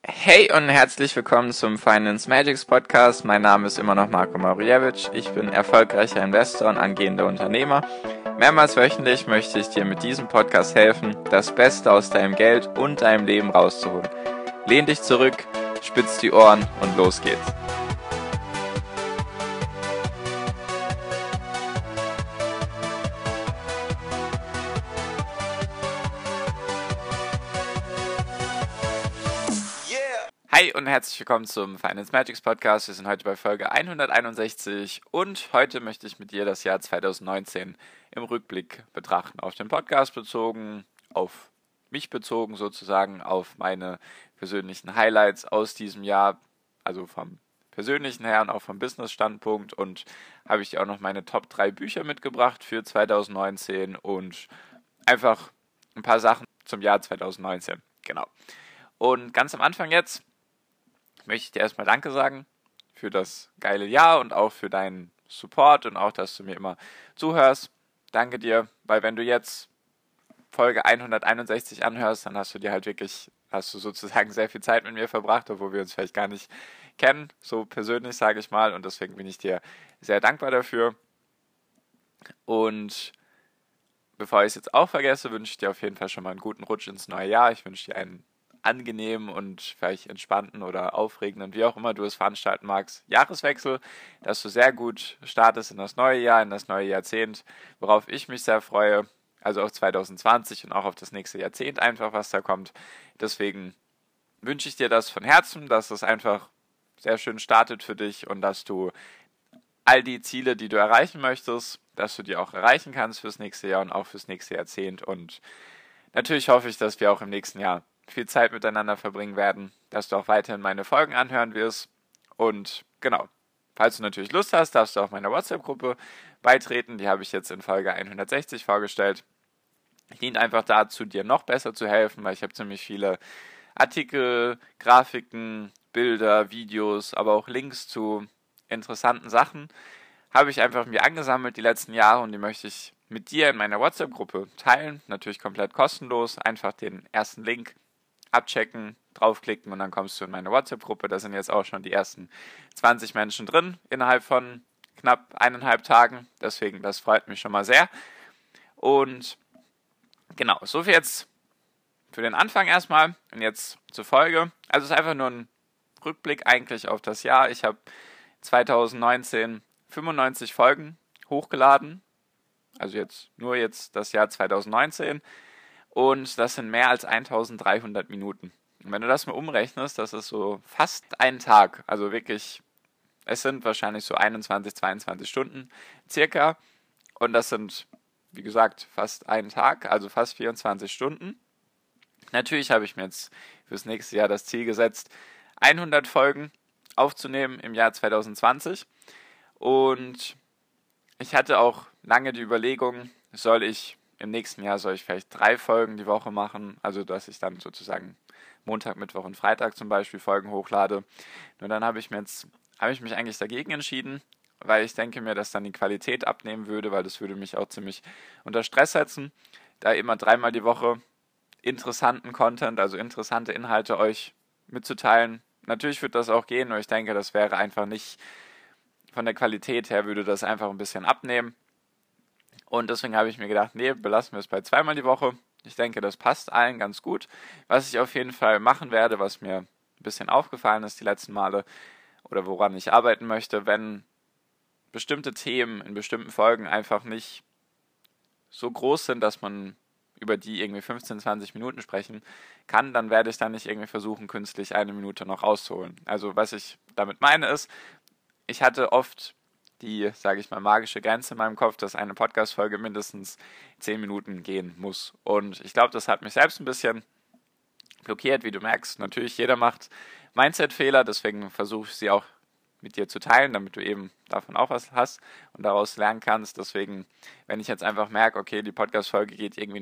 Hey und herzlich willkommen zum Finance Magics Podcast. Mein Name ist immer noch Marko Marijevic. Ich bin erfolgreicher Investor und angehender Unternehmer. Mehrmals wöchentlich möchte ich dir mit diesem Podcast helfen, das Beste aus deinem Geld und deinem Leben rauszuholen. Lehn dich zurück, spitz die Ohren und los geht's. Hi und herzlich willkommen zum Finance Magics Podcast. Wir sind heute bei Folge 161 und heute möchte ich mit dir das Jahr 2019 im Rückblick betrachten. Auf den Podcast bezogen, auf mich bezogen sozusagen, auf meine persönlichen Highlights aus diesem Jahr, also vom persönlichen her und auch vom Business-Standpunkt, und habe ich dir auch noch meine Top 3 Bücher mitgebracht für 2019 und einfach ein paar Sachen zum Jahr 2019. Genau. Und ganz am Anfang jetzt möchte ich dir erstmal Danke sagen für das geile Jahr und auch für deinen Support und auch, dass du mir immer zuhörst. Danke dir, weil wenn du jetzt Folge 161 anhörst, dann hast du sozusagen sehr viel Zeit mit mir verbracht, obwohl wir uns vielleicht gar nicht kennen, so persönlich sage ich mal, und deswegen bin ich dir sehr dankbar dafür. Und bevor ich es jetzt auch vergesse, wünsche ich dir auf jeden Fall schon mal einen guten Rutsch ins neue Jahr. Ich wünsche dir einen angenehmen und vielleicht entspannten oder aufregenden, wie auch immer du es veranstalten magst, Jahreswechsel, dass du sehr gut startest in das neue Jahr, in das neue Jahrzehnt, worauf ich mich sehr freue, also auf 2020 und auch auf das nächste Jahrzehnt einfach, was da kommt. Deswegen wünsche ich dir das von Herzen, dass es einfach sehr schön startet für dich und dass du all die Ziele, die du erreichen möchtest, dass du die auch erreichen kannst fürs nächste Jahr und auch fürs nächste Jahrzehnt. Und natürlich hoffe ich, dass wir auch im nächsten Jahr viel Zeit miteinander verbringen werden, dass du auch weiterhin meine Folgen anhören wirst. Und genau, falls du natürlich Lust hast, darfst du auch meiner WhatsApp-Gruppe beitreten. Die habe ich jetzt in Folge 160 vorgestellt. Dient einfach dazu, dir noch besser zu helfen, weil ich habe ziemlich viele Artikel, Grafiken, Bilder, Videos, aber auch Links zu interessanten Sachen habe ich einfach mir angesammelt die letzten Jahre und die möchte ich mit dir in meiner WhatsApp-Gruppe teilen. Natürlich komplett kostenlos. Einfach den ersten Link abchecken, draufklicken und dann kommst du in meine WhatsApp-Gruppe. Da sind jetzt auch schon die ersten 20 Menschen drin innerhalb von knapp 1,5 Tagen. Deswegen, das freut mich schon mal sehr. Und genau, so viel jetzt für den Anfang erstmal und jetzt zur Folge. Also es ist einfach nur ein Rückblick eigentlich auf das Jahr. Ich habe 2019 95 Folgen hochgeladen. Also jetzt das Jahr 2019. Und das sind mehr als 1300 Minuten. Und wenn du das mal umrechnest, das ist so fast ein Tag. Also wirklich, es sind wahrscheinlich so 21, 22 Stunden circa. Und das sind, wie gesagt, fast ein Tag, also fast 24 Stunden. Natürlich habe ich mir jetzt fürs nächste Jahr das Ziel gesetzt, 100 Folgen aufzunehmen im Jahr 2020. Und ich hatte auch lange die Überlegung, im nächsten Jahr soll ich vielleicht 3 Folgen die Woche machen, also dass ich dann sozusagen Montag, Mittwoch und Freitag zum Beispiel Folgen hochlade. Nur dann habe ich mich eigentlich dagegen entschieden, weil ich denke mir, dass dann die Qualität abnehmen würde, weil das würde mich auch ziemlich unter Stress setzen, da immer 3-mal die Woche interessanten Content, also interessante Inhalte euch mitzuteilen. Natürlich wird das auch gehen, nur ich denke, das wäre einfach nicht, von der Qualität her würde das einfach ein bisschen abnehmen. Und deswegen habe ich mir gedacht, nee, belassen wir es bei 2-mal die Woche. Ich denke, das passt allen ganz gut. Was ich auf jeden Fall machen werde, was mir ein bisschen aufgefallen ist die letzten Male oder woran ich arbeiten möchte, wenn bestimmte Themen in bestimmten Folgen einfach nicht so groß sind, dass man über die irgendwie 15, 20 Minuten sprechen kann, dann werde ich dann nicht irgendwie versuchen, künstlich 1 Minute noch rauszuholen. Also was ich damit meine ist, ich hatte oft die, sage ich mal, magische Grenze in meinem Kopf, dass eine Podcast-Folge mindestens 10 Minuten gehen muss. Und ich glaube, das hat mich selbst ein bisschen blockiert, wie du merkst. Natürlich, jeder macht Mindset-Fehler, deswegen versuche ich sie auch mit dir zu teilen, damit du eben davon auch was hast und daraus lernen kannst. Deswegen, wenn ich jetzt einfach merke, okay, die Podcast-Folge geht irgendwie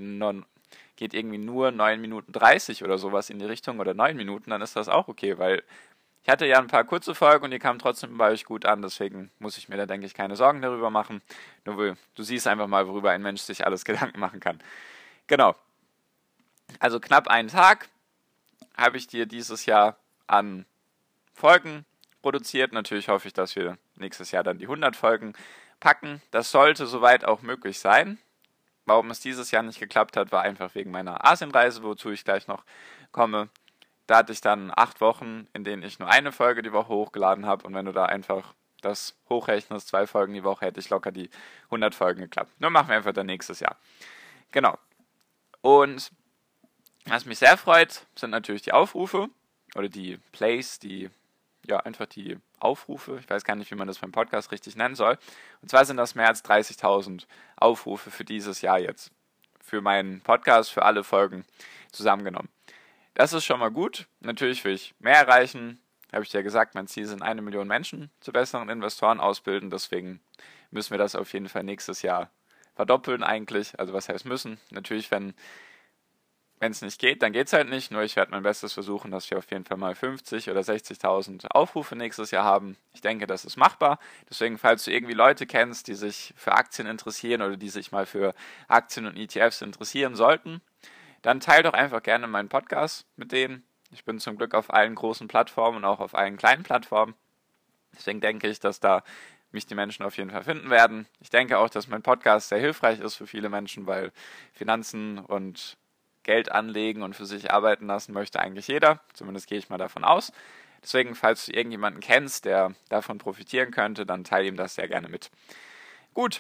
nur 9 Minuten 30 oder sowas in die Richtung oder 9 Minuten, dann ist das auch okay, weil ich hatte ja ein paar kurze Folgen und die kamen trotzdem bei euch gut an, deswegen muss ich mir da, denke ich, keine Sorgen darüber machen. Nur du siehst einfach mal, worüber ein Mensch sich alles Gedanken machen kann. Genau. Also knapp einen Tag habe ich dir dieses Jahr an Folgen produziert. Natürlich hoffe ich, dass wir nächstes Jahr dann die 100 Folgen packen. Das sollte soweit auch möglich sein. Warum es dieses Jahr nicht geklappt hat, war einfach wegen meiner Asienreise, wozu ich gleich noch komme. Da hatte ich dann 8 Wochen, in denen ich nur eine Folge die Woche hochgeladen habe. Und wenn du da einfach das hochrechnest, 2 Folgen die Woche, hätte ich locker die 100 Folgen geklappt. Nur machen wir einfach dann nächstes Jahr. Genau. Und was mich sehr freut, sind natürlich die Aufrufe oder die Plays, einfach die Aufrufe. Ich weiß gar nicht, wie man das beim Podcast richtig nennen soll. Und zwar sind das mehr als 30.000 Aufrufe für dieses Jahr jetzt. Für meinen Podcast, für alle Folgen zusammengenommen. Das ist schon mal gut. Natürlich will ich mehr erreichen. Habe ich dir gesagt, mein Ziel sind 1 Million Menschen zu besseren Investoren ausbilden. Deswegen müssen wir das auf jeden Fall nächstes Jahr verdoppeln eigentlich. Also was heißt müssen? Natürlich, wenn es nicht geht, dann geht es halt nicht. Nur ich werde mein Bestes versuchen, dass wir auf jeden Fall mal 50 oder 60.000 Aufrufe nächstes Jahr haben. Ich denke, das ist machbar. Deswegen, falls du irgendwie Leute kennst, die sich für Aktien interessieren oder die sich mal für Aktien und ETFs interessieren sollten, dann teile doch einfach gerne meinen Podcast mit denen. Ich bin zum Glück auf allen großen Plattformen und auch auf allen kleinen Plattformen. Deswegen denke ich, dass da mich die Menschen auf jeden Fall finden werden. Ich denke auch, dass mein Podcast sehr hilfreich ist für viele Menschen, weil Finanzen und Geld anlegen und für sich arbeiten lassen möchte eigentlich jeder. Zumindest gehe ich mal davon aus. Deswegen, falls du irgendjemanden kennst, der davon profitieren könnte, dann teile ihm das sehr gerne mit. Gut,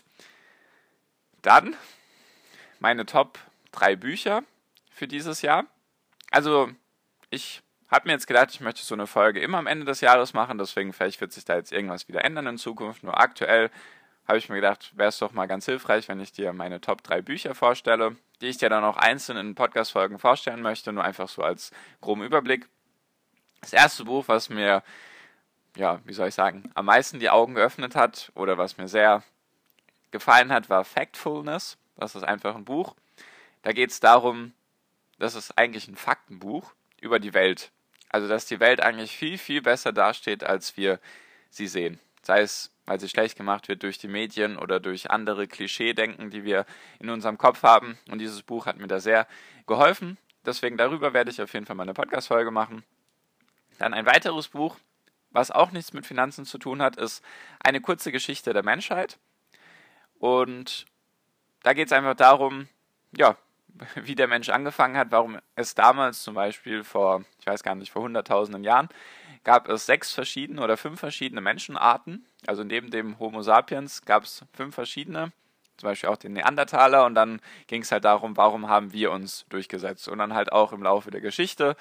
dann meine Top 3 Bücher für dieses Jahr. Also, ich habe mir jetzt gedacht, ich möchte so eine Folge immer am Ende des Jahres machen, deswegen vielleicht wird sich da jetzt irgendwas wieder ändern in Zukunft. Nur aktuell habe ich mir gedacht, wäre es doch mal ganz hilfreich, wenn ich dir meine Top 3 Bücher vorstelle, die ich dir dann auch einzeln in Podcast-Folgen vorstellen möchte, nur einfach so als groben Überblick. Das erste Buch, was mir, am meisten die Augen geöffnet hat oder was mir sehr gefallen hat, war Factfulness. Das ist einfach ein Buch. Da geht es darum, das ist eigentlich ein Faktenbuch über die Welt. Also, dass die Welt eigentlich viel, viel besser dasteht, als wir sie sehen. Sei es, weil sie schlecht gemacht wird durch die Medien oder durch andere Klischee-Denken, die wir in unserem Kopf haben. Und dieses Buch hat mir da sehr geholfen. Deswegen darüber werde ich auf jeden Fall mal eine Podcast-Folge machen. Dann ein weiteres Buch, was auch nichts mit Finanzen zu tun hat, ist Eine kurze Geschichte der Menschheit. Und da geht es einfach darum, wie der Mensch angefangen hat, warum es damals zum Beispiel vor 100.000 Jahren, gab es 6 verschiedene oder 5 verschiedene Menschenarten. Also neben dem Homo sapiens gab es 5 verschiedene, zum Beispiel auch den Neandertaler. Und dann ging es halt darum, warum haben wir uns durchgesetzt. Und dann halt auch im Laufe der Geschichte.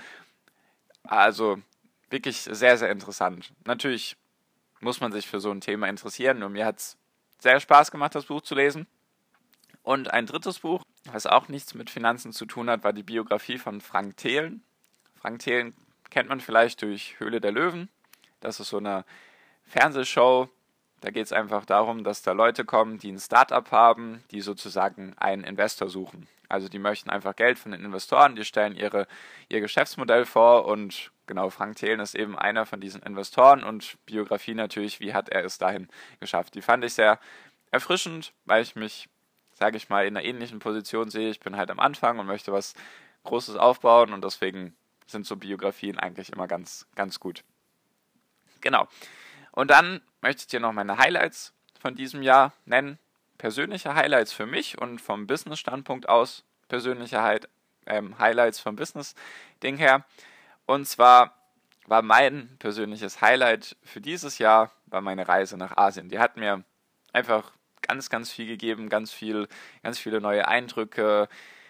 Also wirklich sehr, sehr interessant. Natürlich muss man sich für so ein Thema interessieren. Und mir hat es sehr Spaß gemacht, das Buch zu lesen. Und ein drittes Buch, was auch nichts mit Finanzen zu tun hat, war die Biografie von Frank Thelen. Frank Thelen kennt man vielleicht durch Höhle der Löwen. Das ist so eine Fernsehshow. Da geht es einfach darum, dass da Leute kommen, die ein Startup haben, die sozusagen einen Investor suchen. Also die möchten einfach Geld von den Investoren, die stellen ihr Geschäftsmodell vor und genau, Frank Thelen ist eben einer von diesen Investoren und Biografie natürlich, wie hat er es dahin geschafft. Die fand ich sehr erfrischend, weil ich mich, sage ich mal, in einer ähnlichen Position sehe. Ich bin halt am Anfang und möchte was Großes aufbauen und deswegen sind so Biografien eigentlich immer ganz, ganz gut. Genau. Und dann möchte ich dir noch meine Highlights von diesem Jahr nennen. Persönliche Highlights für mich und vom Business-Standpunkt aus persönliche Highlights vom Business-Ding her. Und zwar war mein persönliches Highlight für dieses Jahr meine Reise nach Asien. Die hat mir einfach ganz, ganz viel gegeben, ganz viele neue Eindrücke,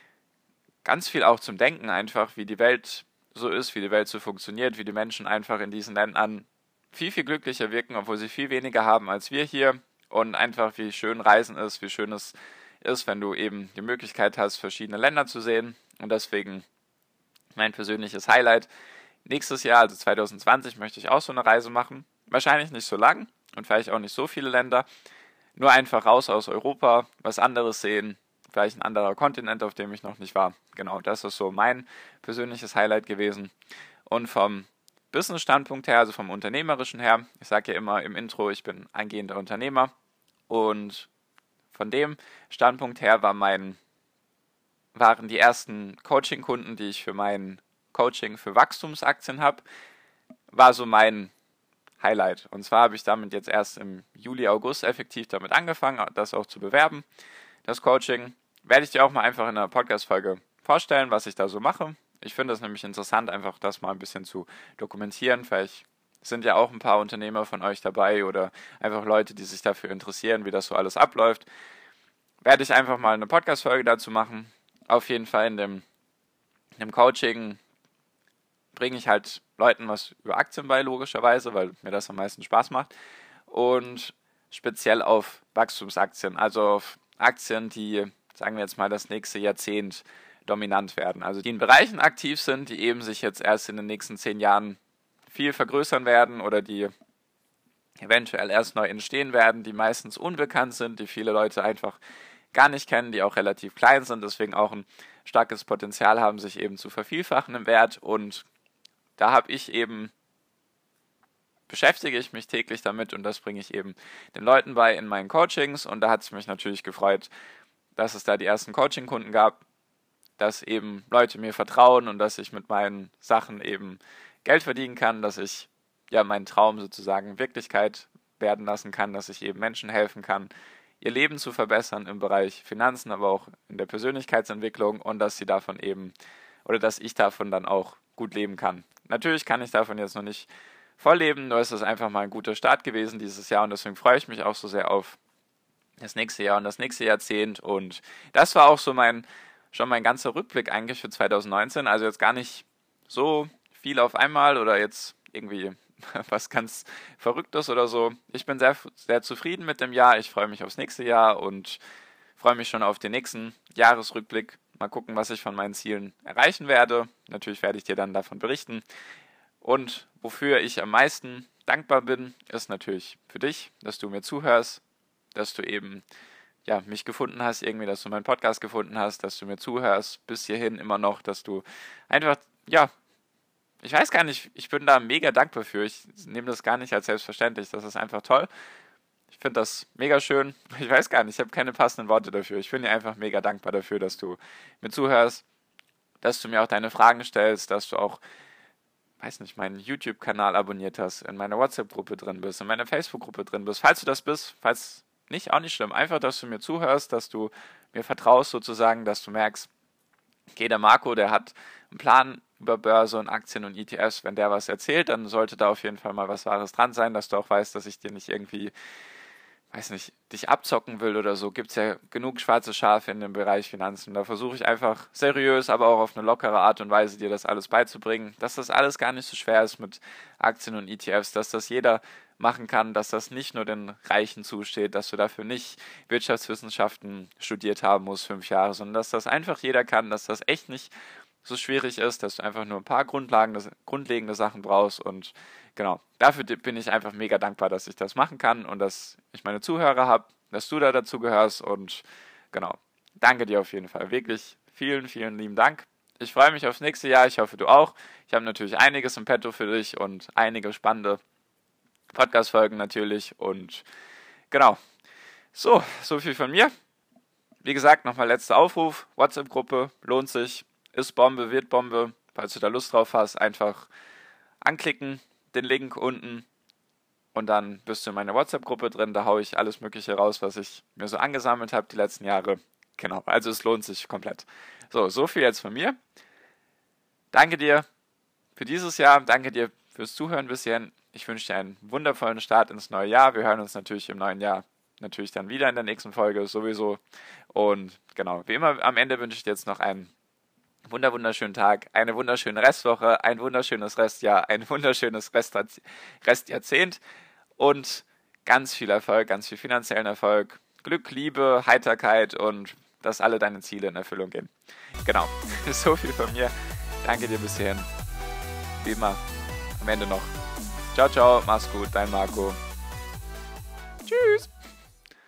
ganz viel auch zum Denken einfach, wie die Welt so ist, wie die Welt so funktioniert, wie die Menschen einfach in diesen Ländern viel, viel glücklicher wirken, obwohl sie viel weniger haben als wir hier und einfach wie schön Reisen ist, wie schön es ist, wenn du eben die Möglichkeit hast, verschiedene Länder zu sehen und deswegen mein persönliches Highlight. Nächstes Jahr, also 2020, möchte ich auch so eine Reise machen. Wahrscheinlich nicht so lang und vielleicht auch nicht so viele Länder. Nur einfach raus aus Europa, was anderes sehen, vielleicht ein anderer Kontinent, auf dem ich noch nicht war. Genau, das ist so mein persönliches Highlight gewesen. Und vom Business-Standpunkt her, also vom Unternehmerischen her, ich sage ja immer im Intro, ich bin angehender Unternehmer. Und von dem Standpunkt her waren die ersten Coaching-Kunden, die ich für mein Coaching für Wachstumsaktien habe. war so mein Highlight. Und zwar habe ich damit jetzt erst im Juli, August effektiv damit angefangen, das auch zu bewerben, das Coaching. Werde ich dir auch mal einfach in einer Podcast-Folge vorstellen, was ich da so mache. Ich finde es nämlich interessant, einfach das mal ein bisschen zu dokumentieren. Vielleicht sind ja auch ein paar Unternehmer von euch dabei oder einfach Leute, die sich dafür interessieren, wie das so alles abläuft. Werde ich einfach mal eine Podcast-Folge dazu machen. Auf jeden Fall in dem Coaching bringe ich halt Leuten was über Aktien bei, logischerweise, weil mir das am meisten Spaß macht. Und speziell auf Wachstumsaktien, also auf Aktien, die, sagen wir jetzt mal, das nächste Jahrzehnt dominant werden. Also die in Bereichen aktiv sind, die eben sich jetzt erst in den nächsten 10 Jahren viel vergrößern werden oder die eventuell erst neu entstehen werden, die meistens unbekannt sind, die viele Leute einfach gar nicht kennen, die auch relativ klein sind, deswegen auch ein starkes Potenzial haben, sich eben zu vervielfachen im Wert. Und da beschäftige ich mich täglich damit und das bringe ich eben den Leuten bei in meinen Coachings. Und da hat es mich natürlich gefreut, dass es da die ersten Coaching-Kunden gab, dass eben Leute mir vertrauen und dass ich mit meinen Sachen eben Geld verdienen kann, dass ich ja meinen Traum sozusagen Wirklichkeit werden lassen kann, dass ich eben Menschen helfen kann, ihr Leben zu verbessern im Bereich Finanzen, aber auch in der Persönlichkeitsentwicklung und dass sie davon eben oder dass ich davon dann auch gut leben kann. Natürlich kann ich davon jetzt noch nicht voll leben, nur ist es einfach mal ein guter Start gewesen dieses Jahr und deswegen freue ich mich auch so sehr auf das nächste Jahr und das nächste Jahrzehnt. Und das war auch so schon mein ganzer Rückblick eigentlich für 2019, also jetzt gar nicht so viel auf einmal oder jetzt irgendwie was ganz Verrücktes oder so. Ich bin sehr, sehr zufrieden mit dem Jahr. Ich freue mich aufs nächste Jahr und freue mich schon auf den nächsten Jahresrückblick. Mal gucken, was ich von meinen Zielen erreichen werde. Natürlich werde ich dir dann davon berichten. Und wofür ich am meisten dankbar bin, ist natürlich für dich, dass du mir zuhörst, dass du eben ja, mich gefunden hast, irgendwie, dass du meinen Podcast gefunden hast, dass du mir zuhörst, bis hierhin immer noch, dass du einfach, ja, ich weiß gar nicht, ich bin da mega dankbar für. Ich nehme das gar nicht als selbstverständlich. Das ist einfach toll. Ich finde das mega schön. Ich weiß gar nicht, ich habe keine passenden Worte dafür. Ich bin dir einfach mega dankbar dafür, dass du mir zuhörst, dass du mir auch deine Fragen stellst, dass du auch, weiß nicht, meinen YouTube-Kanal abonniert hast, in meiner WhatsApp-Gruppe drin bist, in meiner Facebook-Gruppe drin bist. Falls du das bist, falls nicht, auch nicht schlimm. Einfach, dass du mir zuhörst, dass du mir vertraust sozusagen, dass du merkst, okay, der Marco, der hat einen Plan über Börse und Aktien und ETFs. Wenn der was erzählt, dann sollte da auf jeden Fall mal was Wahres dran sein, dass du auch weißt, dass ich dir nicht irgendwie, weiß nicht, dich abzocken will oder so. Gibt es ja genug schwarze Schafe in dem Bereich Finanzen. Da versuche ich einfach seriös, aber auch auf eine lockere Art und Weise dir das alles beizubringen, dass das alles gar nicht so schwer ist mit Aktien und ETFs, dass das jeder machen kann, dass das nicht nur den Reichen zusteht, dass du dafür nicht Wirtschaftswissenschaften studiert haben musst, 5 Jahre, sondern dass das einfach jeder kann, dass das echt nicht so schwierig ist, dass du einfach nur ein paar grundlegende Sachen brauchst und genau, dafür bin ich einfach mega dankbar, dass ich das machen kann und dass ich meine Zuhörer habe, dass du da dazu gehörst und genau, danke dir auf jeden Fall, wirklich vielen, vielen lieben Dank. Ich freue mich aufs nächste Jahr, ich hoffe du auch. Ich habe natürlich einiges im Petto für dich und einige spannende Podcast-Folgen natürlich und genau, so viel von mir. Wie gesagt, nochmal letzter Aufruf, WhatsApp-Gruppe, lohnt sich, ist Bombe, wird Bombe, falls du da Lust drauf hast, einfach anklicken, den Link unten und dann bist du in meiner WhatsApp-Gruppe drin, da haue ich alles Mögliche raus, was ich mir so angesammelt habe die letzten Jahre. Genau, also es lohnt sich komplett. So viel jetzt von mir. Danke dir für dieses Jahr, danke dir fürs Zuhören bis hierhin. Ich wünsche dir einen wundervollen Start ins neue Jahr. Wir hören uns natürlich im neuen Jahr natürlich dann wieder in der nächsten Folge sowieso. Und genau, wie immer am Ende wünsche ich dir jetzt noch einen wunderschönen Tag, eine wunderschöne Restwoche, ein wunderschönes Restjahr, ein wunderschönes Restjahrzehnt und ganz viel Erfolg, ganz viel finanziellen Erfolg, Glück, Liebe, Heiterkeit und dass alle deine Ziele in Erfüllung gehen. Genau, so viel von mir. Danke dir bis hierhin. Wie immer, am Ende noch. Ciao, ciao, mach's gut, dein Marco. Tschüss.